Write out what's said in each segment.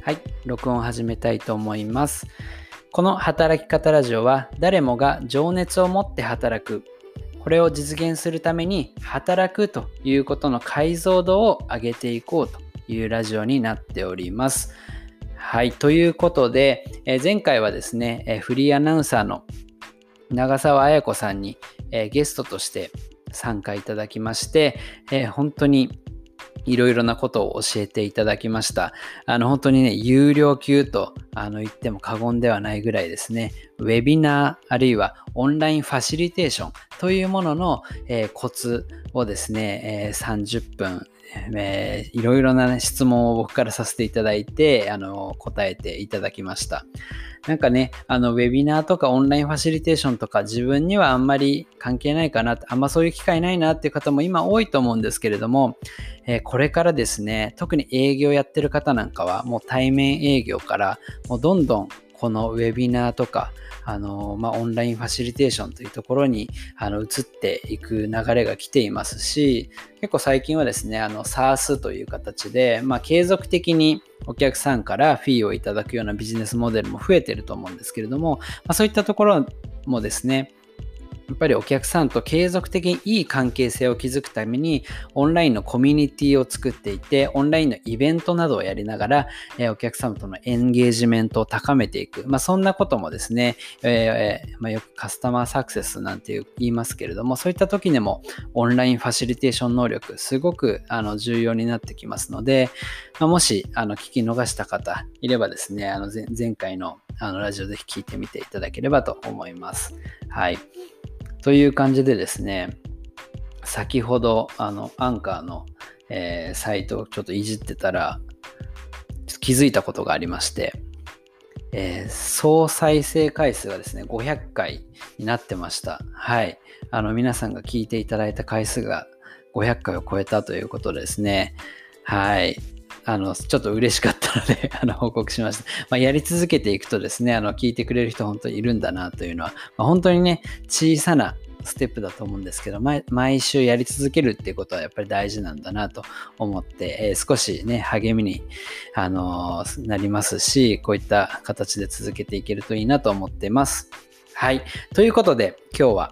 はい、録音を始めたいと思います。この働き方ラジオは誰もが情熱を持って働く。これを実現するために働くということの解像度を上げていこうというラジオになっております。はい、ということで、前回はですね、フリーアナウンサーの長澤彩子さんに、ゲストとして参加いただきまして、本当にいろいろなことを教えていただきました。本当にね、有料級と言っても過言ではないぐらいですね、ウェビナーあるいはオンラインファシリテーションというものの、コツをですね、30分、いろいろな、質問を僕からさせていただいて答えていただきました。なんかね、ウェビナーとかオンラインファシリテーションとか自分にはあんまり関係ないかな、あんまそういう機会ないなっていう方も今多いと思うんですけれども、これからですね、特に営業やってる方なんかはもう対面営業からもうどんどんこのウェビナーとかオンラインファシリテーションというところに移っていく流れが来ていますし、結構最近はですねSaaS という形で、継続的にお客さんからフィーをいただくようなビジネスモデルも増えていると思うんですけれども、そういったところもですね、やっぱりお客さんと継続的にいい関係性を築くためにオンラインのコミュニティを作っていて、オンラインのイベントなどをやりながら、お客様とのエンゲージメントを高めていく、そんなこともですね、よくカスタマーサクセスなんて言いますけれども、そういった時にもオンラインファシリテーション能力すごく重要になってきますので、もし聞き逃した方いればですね、前回のラジオぜひ聞いてみていただければと思います。はい。という感じでですね、先ほどアンカーの、サイトをちょっといじってたら気づいたことがありまして、総再生回数がですね500回になってました。はい。皆さんが聞いていただいた回数が500回を超えたということですね。はい。ちょっと嬉しかったので報告しました。やり続けていくとですね、聞いてくれる人本当にいるんだなというのは、本当にね、小さなステップだと思うんですけど、毎週やり続けるっていうことはやっぱり大事なんだなと思って、少しね、励みに、なりますし、こういった形で続けていけるといいなと思っています。はい。ということで、今日は、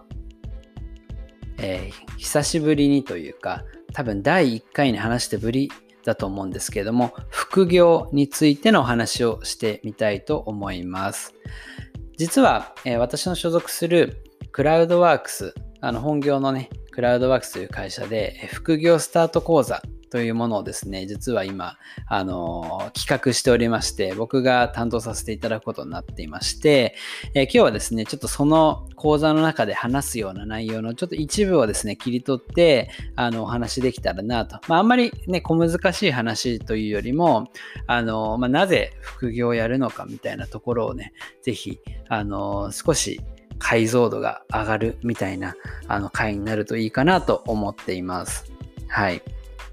久しぶりにというか、多分第1回に話してぶりだと思うんですけれども、副業についてのお話をしてみたいと思います。実は、私の所属するクラウドワークス、本業のね、クラウドワークスという会社で、副業スタート講座というものをですね、実は今、企画しておりまして、僕が担当させていただくことになっていまして、今日はですね、ちょっとその講座の中で話すような内容のちょっと一部をですね、切り取って、お話できたらなと。あんまりね、小難しい話というよりも、なぜ副業をやるのかみたいなところをね、ぜひ、少し解像度が上がるみたいな回になるといいかなと思っています。はい。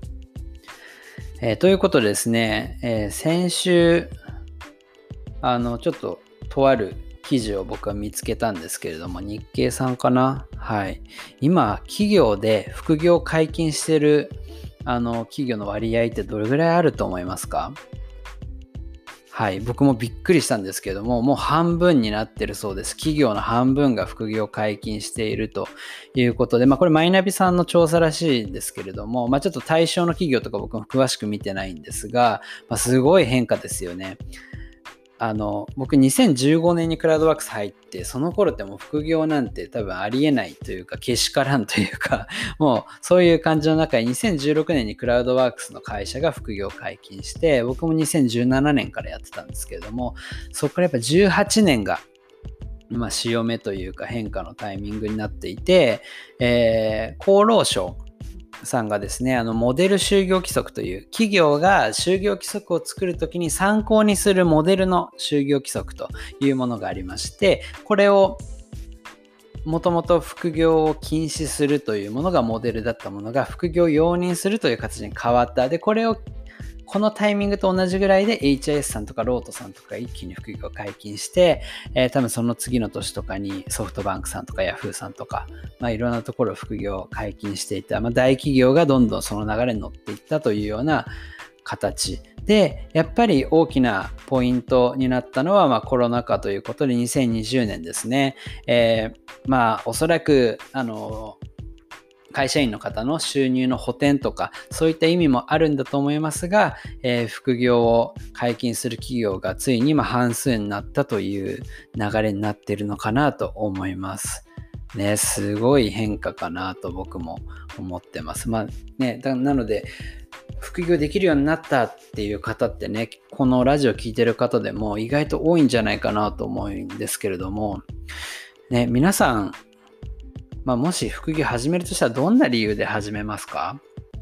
ということでですね、先週ちょっととある記事を僕は見つけたんですけれども、日経さんかな。はい。今企業で副業解禁してる企業の割合ってどれぐらいあると思いますか？はい、僕もびっくりしたんですけども、もう半分になってるそうです。企業の半分が副業解禁しているということで、これマイナビさんの調査らしいんですけれども、ちょっと対象の企業とか僕も詳しく見てないんですが、すごい変化ですよね。僕2015年にクラウドワークス入って、その頃ってもう副業なんて多分ありえないというか、けしからんというか、もうそういう感じの中に2016年にクラウドワークスの会社が副業解禁して、僕も2017年からやってたんですけれども、そこからやっぱ18年が潮目というか変化のタイミングになっていて、厚労省さんがですね、モデル就業規則という企業が就業規則を作るときに参考にするモデルの就業規則というものがありまして、これをもともと副業を禁止するというものがモデルだったものが副業を容認するという形に変わった。で、このタイミングと同じぐらいで HIS さんとかロートさんとか一気に副業を解禁して、多分その次の年とかにソフトバンクさんとかヤフーさんとか、いろんなところを副業を解禁していた、大企業がどんどんその流れに乗っていったというような形で、やっぱり大きなポイントになったのは、コロナ禍ということで2020年ですね。おそらく会社員の方の収入の補填とかそういった意味もあるんだと思いますが、副業を解禁する企業がついに半数になったという流れになっているのかなと思います。ね、すごい変化かなと僕も思ってます。なので副業できるようになったっていう方ってね、このラジオ聞いてる方でも意外と多いんじゃないかなと思うんですけれども、ね、皆さん、もし副業始めるとしたらどんな理由で始めますか？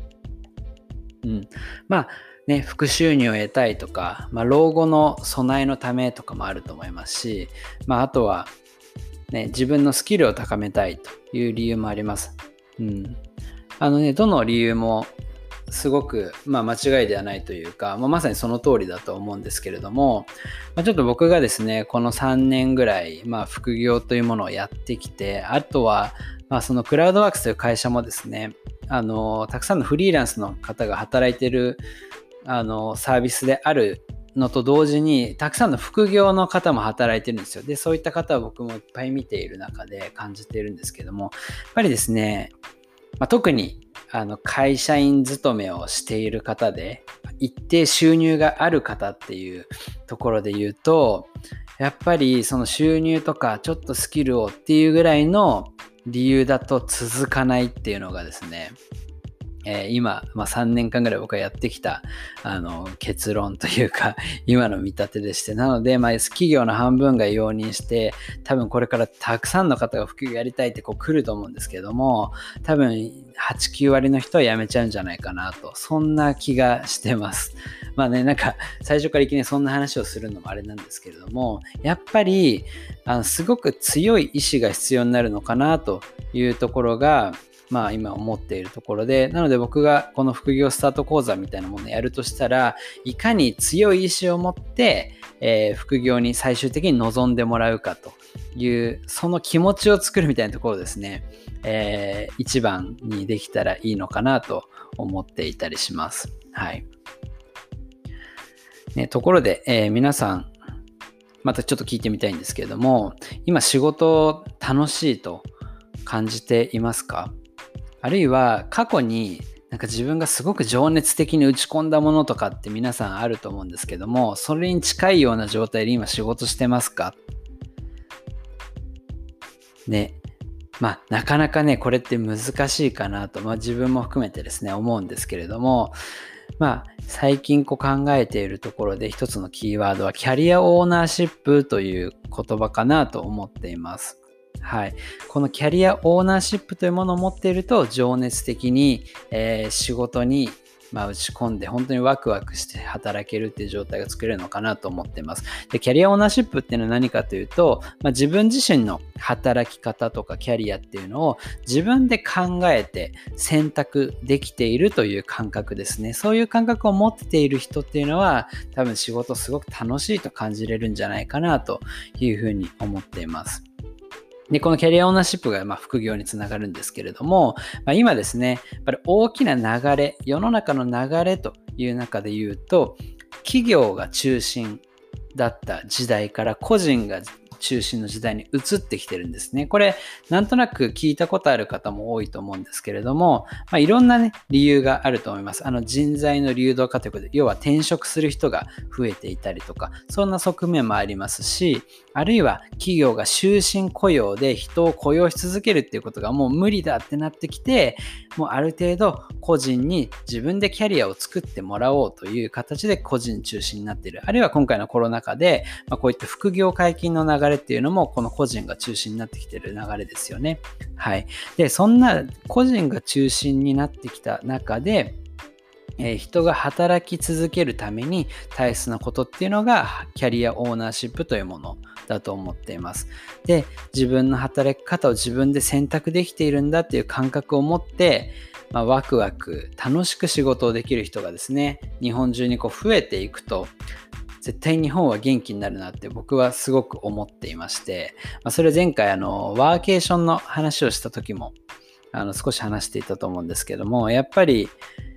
副収入を得たいとか、老後の備えのためとかもあると思いますし、あとは、自分のスキルを高めたいという理由もあります。どの理由もすごく、間違いではないというか、まさにその通りだと思うんですけれども、ちょっと僕がですね、この3年ぐらい、副業というものをやってきて、あとは、そのクラウドワークスという会社もですね、たくさんのフリーランスの方が働いているサービスであるのと同時に、たくさんの副業の方も働いてるんですよ。で、そういった方は僕もいっぱい見ている中で感じているんですけども、やっぱりですね、特に会社員勤めをしている方で一定収入がある方っていうところで言うと、やっぱりその収入とかちょっとスキルをっていうぐらいの理由だと続かないっていうのがですね、今、3年間ぐらい僕はやってきた結論というか今の見立てでして、なので、企業の半分が容認して、多分これからたくさんの方が副業やりたいって来ると思うんですけども、多分 8,9 割の人は辞めちゃうんじゃないかなと、そんな気がしてます。最初からいきなりそんな話をするのもあれなんですけれども、やっぱりすごく強い意志が必要になるのかなというところが今思っているところで、なので僕がこの副業スタート講座みたいなものをやるとしたら、いかに強い意志を持って、副業に最終的に臨んでもらうかという、その気持ちを作るみたいなところですね、一番にできたらいいのかなと思っていたりします。はい。ところで、皆さん、またちょっと聞いてみたいんですけれども、今仕事楽しいと感じていますか？あるいは過去に自分がすごく情熱的に打ち込んだものとかって皆さんあると思うんですけども、それに近いような状態で今仕事してますか？ね。なかなかね、これって難しいかなと、自分も含めてですね、思うんですけれども、最近考えているところで一つのキーワードはキャリアオーナーシップという言葉かなと思っています。はい、このキャリアオーナーシップというものを持っていると情熱的に、仕事に打ち込んで本当にワクワクして働けるっていう状態が作れるのかなと思っています。で、キャリアオーナーシップっていうのは何かというと、自分自身の働き方とかキャリアっていうのを自分で考えて選択できているという感覚ですね。そういう感覚を持っている人っていうのは多分仕事すごく楽しいと感じれるんじゃないかなというふうに思っています。で、このキャリアオーナーシップが副業につながるんですけれども、今ですね、やっぱり大きな流れ、世の中の流れという中で言うと、企業が中心だった時代から個人が中心の時代に移ってきてるんですね。これなんとなく聞いたことある方も多いと思うんですけれども、いろんなね理由があると思います。人材の流動化ということで、要は転職する人が増えていたりとか、そんな側面もありますし、あるいは企業が終身雇用で人を雇用し続けるっていうことがもう無理だってなってきて、もうある程度個人に自分でキャリアを作ってもらおうという形で個人中心になっている。あるいは今回のコロナ禍で、こういった副業解禁の流れっていうのもこの個人が中心になってきている流れですよね。はい。で、そんな個人が中心になってきた中で、人が働き続けるために大切なことっていうのがキャリアオーナーシップというものだと思っています。で、自分の働き方を自分で選択できているんだっていう感覚を持って、ワクワク楽しく仕事をできる人がですね、日本中に増えていくと、絶対日本は元気になるなって僕はすごく思っていまして、それ前回ワーケーションの話をした時も少し話していたと思うんですけども、やっぱり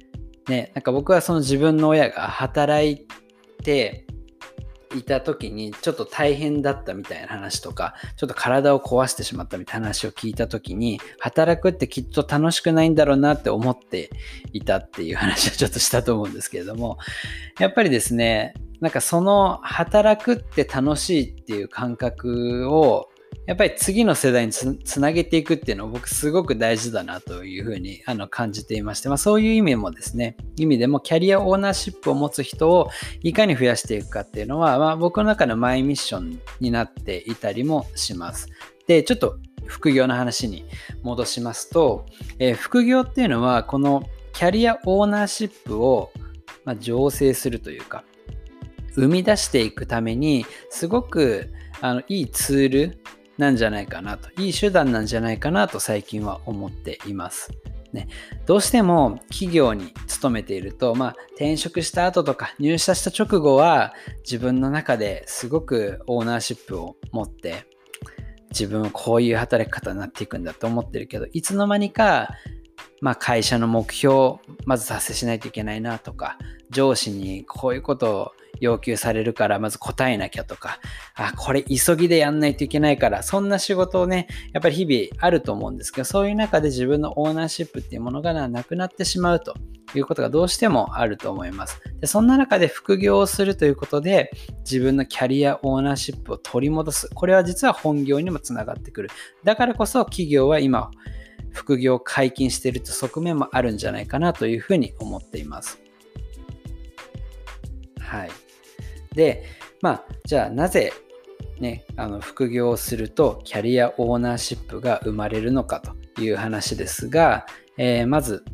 ね、なんか僕はその自分の親が働いていた時にちょっと大変だったみたいな話とか、ちょっと体を壊してしまったみたいな話を聞いた時に、働くってきっと楽しくないんだろうなって思っていたっていう話をちょっとしたと思うんですけれども、やっぱりですね、なんかその働くって楽しいっていう感覚をやっぱり次の世代につなげていくっていうのは僕すごく大事だなというふうに感じていまして、そういう意味もですね、意味でもキャリアオーナーシップを持つ人をいかに増やしていくかっていうのは、僕の中のマイミッションになっていたりもします。で、ちょっと副業の話に戻しますと、副業っていうのはこのキャリアオーナーシップを醸成するというか、生み出していくためにすごくいいツールなんじゃないかなと、いい手段なんじゃないかなと最近は思っています。ね、どうしても企業に勤めていると、転職した後とか入社した直後は自分の中ですごくオーナーシップを持って自分はこういう働き方になっていくんだと思ってるけど、いつの間にか会社の目標をまず達成しないといけないなとか、上司にこういうことを要求されるからまず答えなきゃとか、これ急ぎでやんないといけないから、そんな仕事をね、やっぱり日々あると思うんですけど、そういう中で自分のオーナーシップっていうものがなくなってしまうということがどうしてもあると思います。で、そんな中で副業をするということで自分のキャリアオーナーシップを取り戻す。これは実は本業にもつながってくる。だからこそ企業は今副業を解禁していると側面もあるんじゃないかなというふうに思っています。はい。で、じゃあなぜね、副業をするとキャリアオーナーシップが生まれるのかという話ですが、まず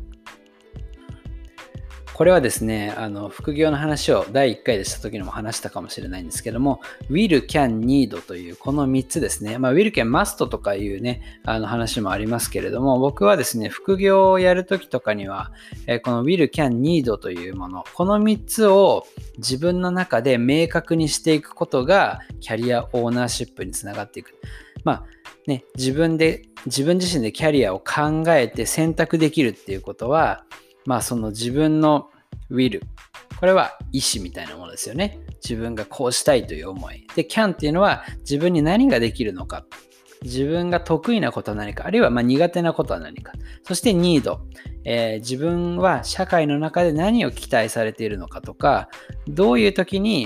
これはですね、副業の話を第1回でした時にも話したかもしれないんですけども、will, can, need というこの3つですね。will, can, must とかいうね、話もありますけれども、僕はですね、副業をやる時とかには、この will, can, need というもの、この3つを自分の中で明確にしていくことが、キャリアオーナーシップにつながっていく。自分自身でキャリアを考えて選択できるっていうことは、その自分の will、 これは意思みたいなものですよね。自分がこうしたいという思いで、 can っていうのは自分に何ができるのか、自分が得意なことは何か、あるいは苦手なことは何か、そして need、自分は社会の中で何を期待されているのかとか、どういう時に、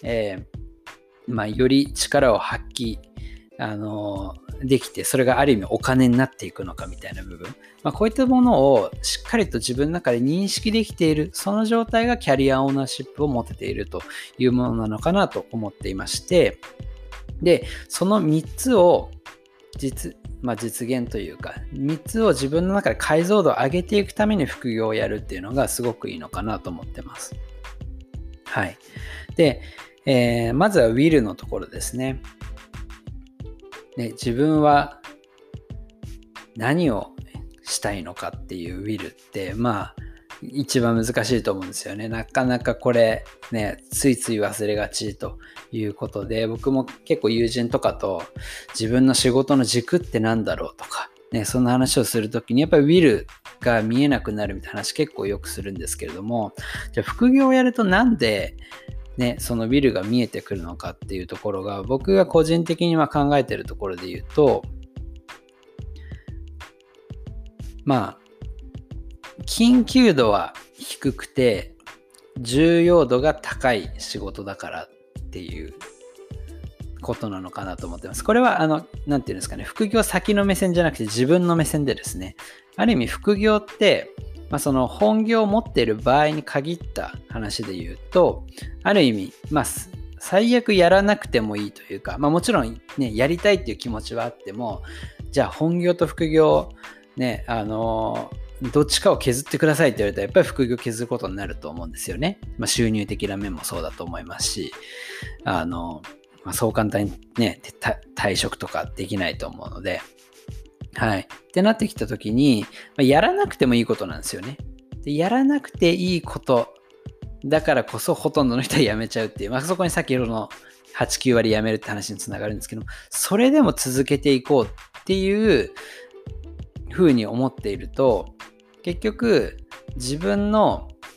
より力を発揮できて、それがある意味お金になっていくのかみたいな部分、こういったものをしっかりと自分の中で認識できている、その状態がキャリアオーナーシップを持てているというものなのかなと思っていまして、でその3つを実現というか、3つを自分の中で解像度を上げていくために副業をやるっていうのがすごくいいのかなと思ってます。はい。で、まずは will のところですね。自分は何をしたいのかっていう will って一番難しいと思うんですよね。なかなかこれね、ついつい忘れがちということで、僕も結構友人とかと自分の仕事の軸ってなんだろうとかね、そんな話をするときにやっぱり will が見えなくなるみたいな話結構よくするんですけれども、じゃあ副業をやるとなんでその will が見えてくるのかっていうところが、僕が個人的に考えているところで言うと、緊急度は低くて重要度が高い仕事だからっていうことなのかなと思ってます。これはなんていうんですかね、副業先の目線じゃなくて自分の目線でですね、ある意味副業ってその本業を持っている場合に限った話で言うと、ある意味最悪やらなくてもいいというか、もちろんね、やりたいっていう気持ちはあっても、じゃあ本業と副業ね、どっちかを削ってくださいって言われたらやっぱり副業を削ることになると思うんですよね。収入的な面もそうだと思いますし、そう簡単にね、退職とかできないと思うので、はい。ってなってきたときに、やらなくてもいいことなんですよね。で、やらなくていいことだからこそほとんどの人はやめちゃうっていう、そこに先ほどの8、9割やめるって話につながるんですけど、それでも続けていこうっていう風に思っていると、結局自分の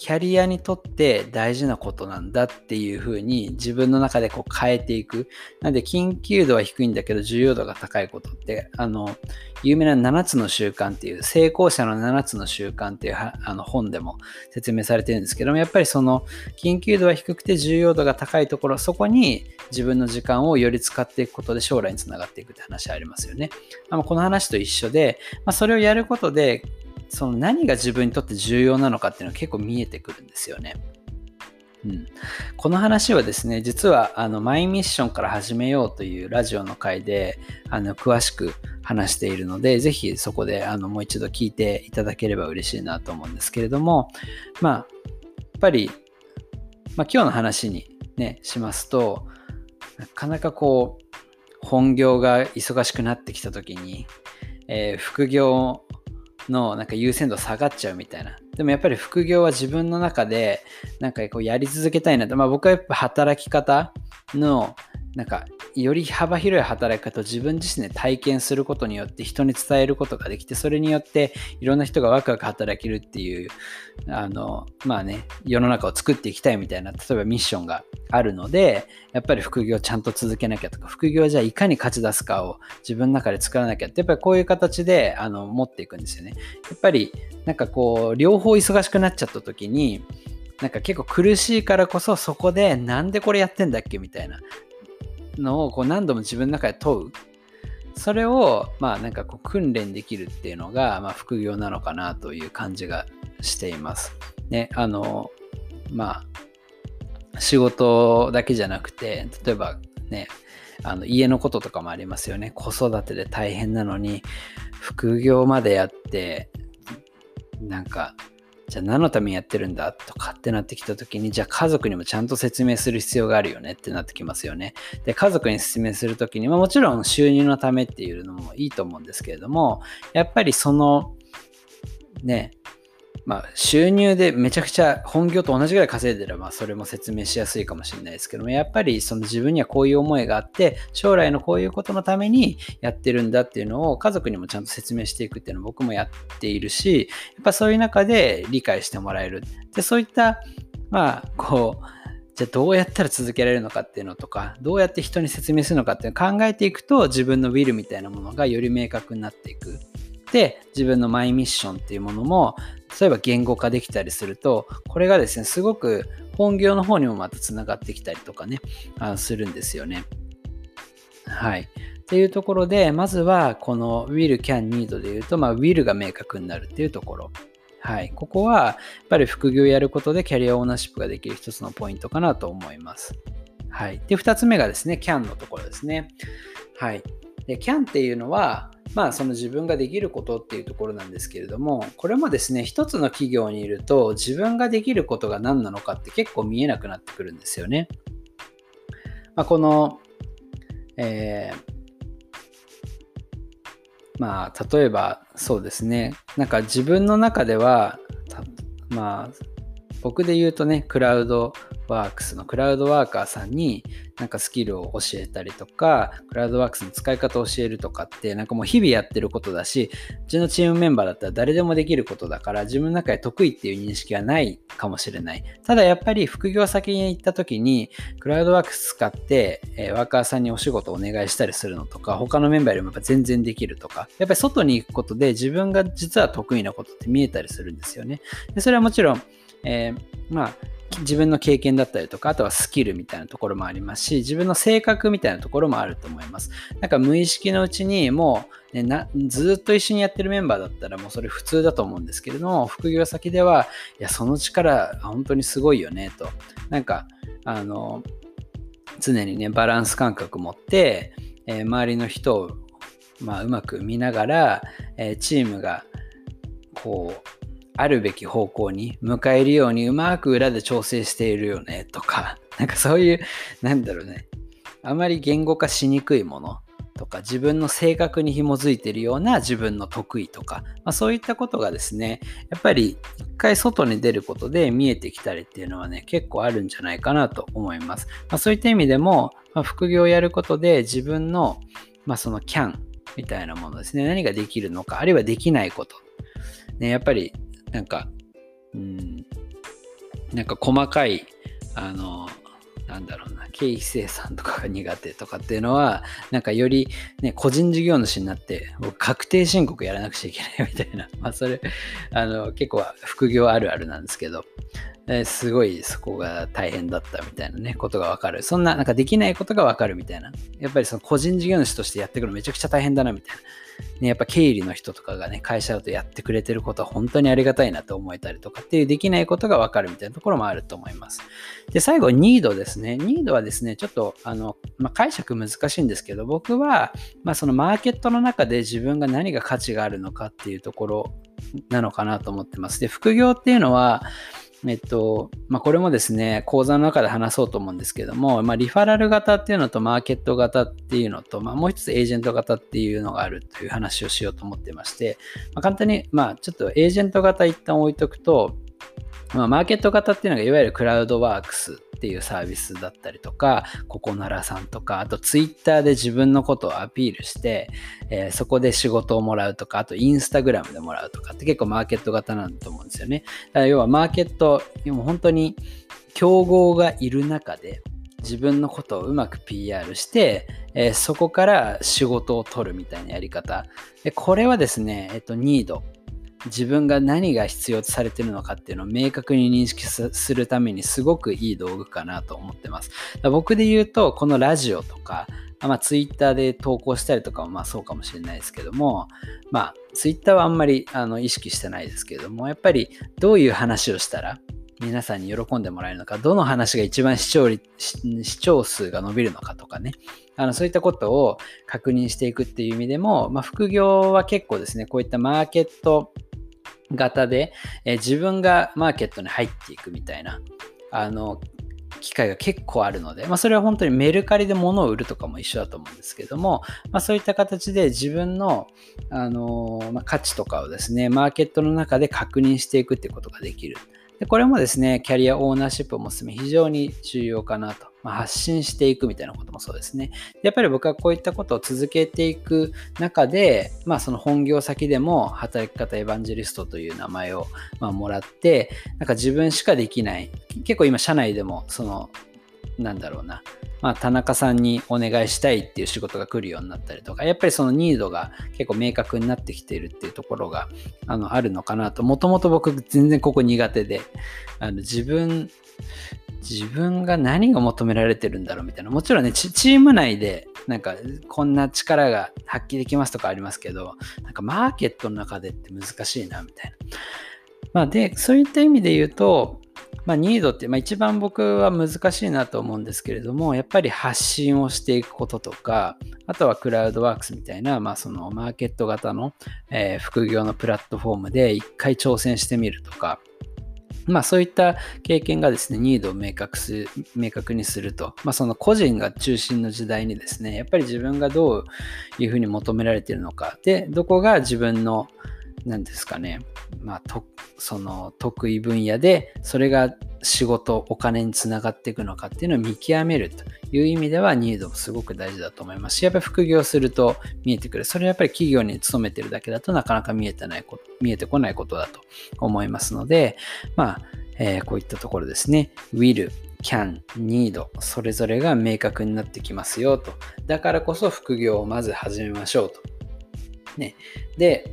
キャリアにとって大事なことなんだっていう風に自分の中でこう変えていく。なので緊急度は低いんだけど重要度が高いことって有名な7つの習慣っていう成功者の7つの習慣っていう本でも説明されてるんですけども、やっぱりその緊急度は低くて重要度が高いところ、そこに自分の時間をより使っていくことで将来につながっていくって話ありますよね。この話と一緒で、それをやることでその何が自分にとって重要なのかっていうのが結構見えてくるんですよね。この話はですね、実はマイミッションから始めようというラジオの回で詳しく話しているので、ぜひそこでもう一度聞いていただければ嬉しいなと思うんですけれども、やっぱり、今日の話にねしますと、なかなかこう本業が忙しくなってきた時に、副業のなんか優先度下がっちゃうみたいな。でもやっぱり副業は自分の中でなんかこうやり続けたいなと。僕はやっぱ働き方のなんかより幅広い働き方を自分自身で体験することによって人に伝えることができて、それによっていろんな人がワクワク働けるっていう世の中を作っていきたいみたいな、例えばミッションがあるので、やっぱり副業をちゃんと続けなきゃとか、副業はじゃあいかに勝ち出すかを自分の中で作らなきゃって、やっぱりこういう形で持っていくんですよね。やっぱりなんかこう両方忙しくなっちゃった時になんか結構苦しいからこそ、そこでなんでこれやってんだっけみたいなのをこう何度も自分の中で問う。それをなんかこう訓練できるっていうのが副業なのかなという感じがしています。ね、仕事だけじゃなくて、例えばね、家のこととかもありますよね。子育てで大変なのに副業までやってなんかじゃあ何のためにやってるんだとかってなってきた時に、じゃあ家族にもちゃんと説明する必要があるよねってなってきますよね。で、家族に説明する時にもちろん収入のためっていうのもいいと思うんですけれども、やっぱりそのね、収入でめちゃくちゃ本業と同じぐらい稼いでればそれも説明しやすいかもしれないですけども、やっぱりその自分にはこういう思いがあって将来のこういうことのためにやってるんだっていうのを家族にもちゃんと説明していくっていうのを僕もやっているし、やっぱそういう中で理解してもらえる。で、そういったじゃあどうやったら続けられるのかっていうのとか、どうやって人に説明するのかっていうのを考えていくと、自分のウィルみたいなものがより明確になっていく。で、自分のマイミッションっていうものも例えば言語化できたりすると、これがですね、すごく本業の方にもまたつながってきたりとかね、するんですよね。はい。っていうところで、まずはこの will, can, need で言うと、will が明確になるっていうところ。はい。ここはやっぱり副業をやることでキャリアオーナーシップができる一つのポイントかなと思います。はい。で、2つ目がですね、can のところですね。はい。で、can っていうのは、その自分ができることっていうところなんですけれども、これもですね、一つの企業にいると自分ができることが何なのかって結構見えなくなってくるんですよね。この、例えばそうですね、なんか自分の中では僕で言うとね、クラウドワークスのクラウドワーカーさんになんかスキルを教えたりとか、クラウドワークスの使い方を教えるとかってなんかもう日々やってることだし、うちのチームメンバーだったら誰でもできることだから自分の中で得意っていう認識はないかもしれない。ただやっぱり副業先に行った時にクラウドワークス使ってワーカーさんにお仕事をお願いしたりするのとか、他のメンバーよりもやっぱ全然できるとか、やっぱり外に行くことで自分が実は得意なことって見えたりするんですよね。で、それはもちろん自分の経験だったりとか、あとはスキルみたいなところもありますし、自分の性格みたいなところもあると思います。なんか無意識のうちにもう、ずっと一緒にやってるメンバーだったらもうそれ普通だと思うんですけれども、副業先ではいやその力本当にすごいよねと、なんか常にねバランス感覚持って、周りの人をうまく見ながら、チームがこうあるべき方向に向かえるようにうまく裏で調整しているよねとか、なんかそういうあまり言語化しにくいものとか、自分の性格に紐づいているような自分の得意とか、そういったことがですね、やっぱり一回外に出ることで見えてきたりっていうのはね、結構あるんじゃないかなと思います。そういった意味でも、副業をやることで自分の、そのキャンみたいなものですね、何ができるのか、あるいはできないこと、ね、やっぱりなんかなんか細かい、なんだろうな、経費精算とかが苦手とかっていうのは、なんかよりね、個人事業主になって、僕確定申告やらなくちゃいけないみたいな、まあそれ、結構副業あるあるなんですけど、すごいそこが大変だったみたいなね、ことがわかる。そんな、なんかできないことがわかるみたいな。やっぱりその個人事業主としてやっていくのめちゃくちゃ大変だなみたいな。ね、やっぱ経理の人とかがね、会社だとやってくれてることは本当にありがたいなと思えたりとかっていうできないことがわかるみたいなところもあると思います。で、最後、ニードですね。ニードはですね、ちょっと、解釈難しいんですけど、僕は、そのマーケットの中で自分が何が価値があるのかっていうところなのかなと思ってます。で、副業っていうのは、これもですね、講座の中で話そうと思うんですけども、リファラル型っていうのとマーケット型っていうのと、もう一つエージェント型っていうのがあるという話をしようと思ってまして、簡単に、ちょっとエージェント型一旦置いとくと、マーケット型っていうのがいわゆるクラウドワークスっていうサービスだったりとか、ココナラさんとか、あとツイッターで自分のことをアピールして、そこで仕事をもらうとか、あとインスタグラムでもらうとかって結構マーケット型なんだと思うんですよね。だから要はマーケット、本当に競合がいる中で自分のことをうまく PR して、そこから仕事を取るみたいなやり方。これはですね、ニード。自分が何が必要とされているのかっていうのを明確に認識するためにすごくいい道具かなと思ってます。僕で言うと、このラジオとか、ツイッターで投稿したりとかもそうかもしれないですけども、ツイッターはあんまり意識してないですけども、やっぱりどういう話をしたら皆さんに喜んでもらえるのか、どの話が一番視聴数が伸びるのかとかね、そういったことを確認していくっていう意味でも、副業は結構ですね、こういったマーケット型で、自分がマーケットに入っていくみたいな機会が結構あるので、それは本当にメルカリで物を売るとかも一緒だと思うんですけども、そういった形で自分の、価値とかをですね、マーケットの中で確認していくっていうことができる。でこれもですね、キャリアオーナーシップを持つため非常に重要かなと。発信していくみたいなこともそうですね。やっぱり僕はこういったことを続けていく中で、その本業先でも働き方エヴァンジェリストという名前をもらって、なんか自分しかできない。結構今社内でも田中さんにお願いしたいっていう仕事が来るようになったりとか、やっぱりそのニードが結構明確になってきているっていうところがあるのかなと。もともと僕全然ここ苦手で、自分が何が求められてるんだろうみたいな。もちろんね、チーム内でなんかこんな力が発揮できますとかありますけど、なんかマーケットの中でって難しいなみたいな。で、そういった意味で言うと、ニードって、一番僕は難しいなと思うんですけれども、やっぱり発信をしていくこととか、あとはクラウドワークスみたいな、そのマーケット型の、副業のプラットフォームで一回挑戦してみるとか、そういった経験がですね、ニードを明確にすると、その個人が中心の時代にですね、やっぱり自分がどういうふうに求められているのか、で、どこが自分の何ですかね、その得意分野でそれが仕事、お金につながっていくのかっていうのを見極めるという意味ではニードもすごく大事だと思いますし、やっぱり副業すると見えてくる。それはやっぱり企業に勤めてるだけだとなかなか見えてこないことだと思いますので、こういったところですね。will, can, need それぞれが明確になってきますよと。だからこそ副業をまず始めましょうと。ね。で、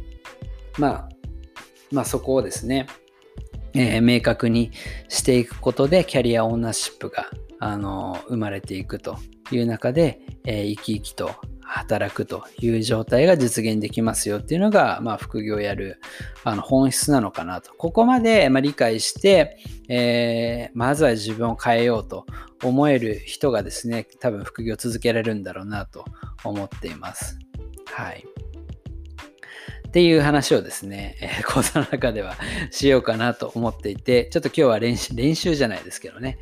そこをですね、明確にしていくことでキャリアオーナーシップが生まれていくという中で、生き生きと働くという状態が実現できますよっていうのが、副業をやる本質なのかなと。ここまで、理解して、まずは自分を変えようと思える人がですね、多分副業を続けられるんだろうなと思っています。はい。っていう話をですね、講座の中ではしようかなと思っていて、ちょっと今日は練習じゃないですけどね、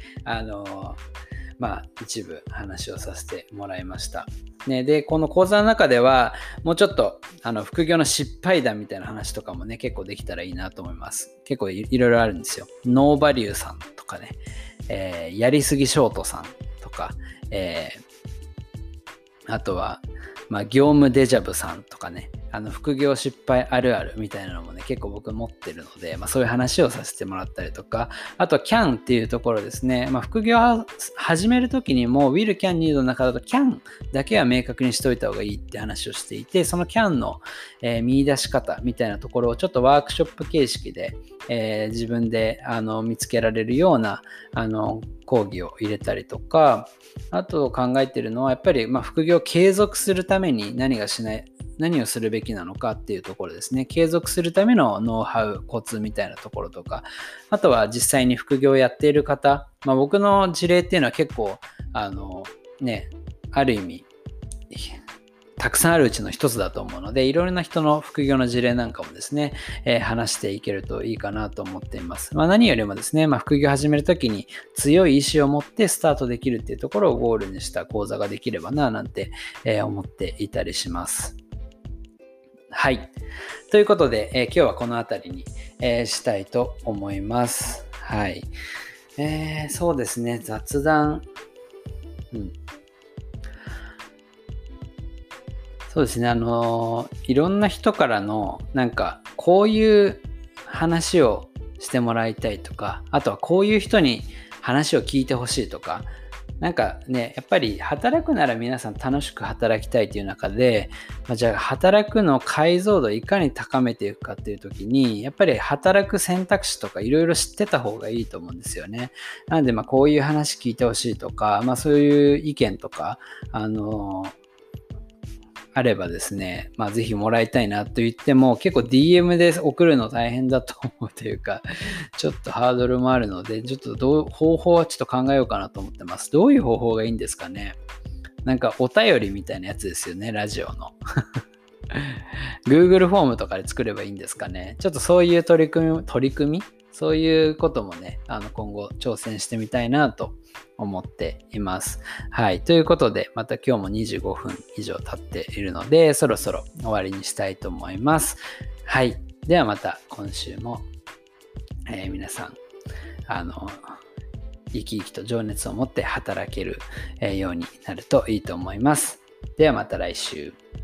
一部話をさせてもらいました。ね、で、この講座の中では、もうちょっと副業の失敗談みたいな話とかもね、結構できたらいいなと思います。結構いろいろあるんですよ。ノーバリューさんとかね、やりすぎショートさんとか、あとは、業務デジャブさんとかね、 副業失敗あるあるみたいなのもね、結構僕持ってるので、そういう話をさせてもらったりとか、あと CAN っていうところですね。副業を始めるときにも Will, Can, Need の中だと CAN だけは明確にしといた方がいいって話をしていて、その CAN の、見出し方みたいなところをちょっとワークショップ形式で、自分で見つけられるような講義を入れたりとか、あと考えているのはやっぱり副業を継続するために何をするべきなのかっていうところですね。継続するためのノウハウ、コツみたいなところとか、あとは実際に副業をやっている方、僕の事例っていうのは結構ある意味たくさんあるうちの一つだと思うので、いろいろな人の副業の事例なんかもですね、話していけるといいかなと思っています。何よりもですね、副業を始めるときに強い意志を持ってスタートできるっていうところをゴールにした講座ができればななんて、思っていたりします。はい。ということで、今日はこのあたりに、したいと思います。はい。そうですね、雑談。そうですね、いろんな人からのこういう話をしてもらいたいとか、あとはこういう人に話を聞いてほしいとか、やっぱり働くなら皆さん楽しく働きたいという中で、じゃあ働くの解像度をいかに高めていくかっていう時に、やっぱり働く選択肢とかいろいろ知ってた方がいいと思うんですよね。なのでこういう話聞いてほしいとか、そういう意見とか、あればですね、ぜひもらいたいなと言っても結構 DM で送るの大変だと思うというか、ちょっとハードルもあるので、ちょっと方法はちょっと考えようかなと思ってます。どういう方法がいいんですかね。お便りみたいなやつですよね、ラジオの。Google フォームとかで作ればいいんですかね。ちょっとそういう取り組みそういうこともね、今後挑戦してみたいなと思っています。はい。ということで、また今日も25分以上経っているので、そろそろ終わりにしたいと思います。はい。ではまた今週も、皆さん、生き生きと情熱を持って働けるようになるといいと思います。ではまた来週。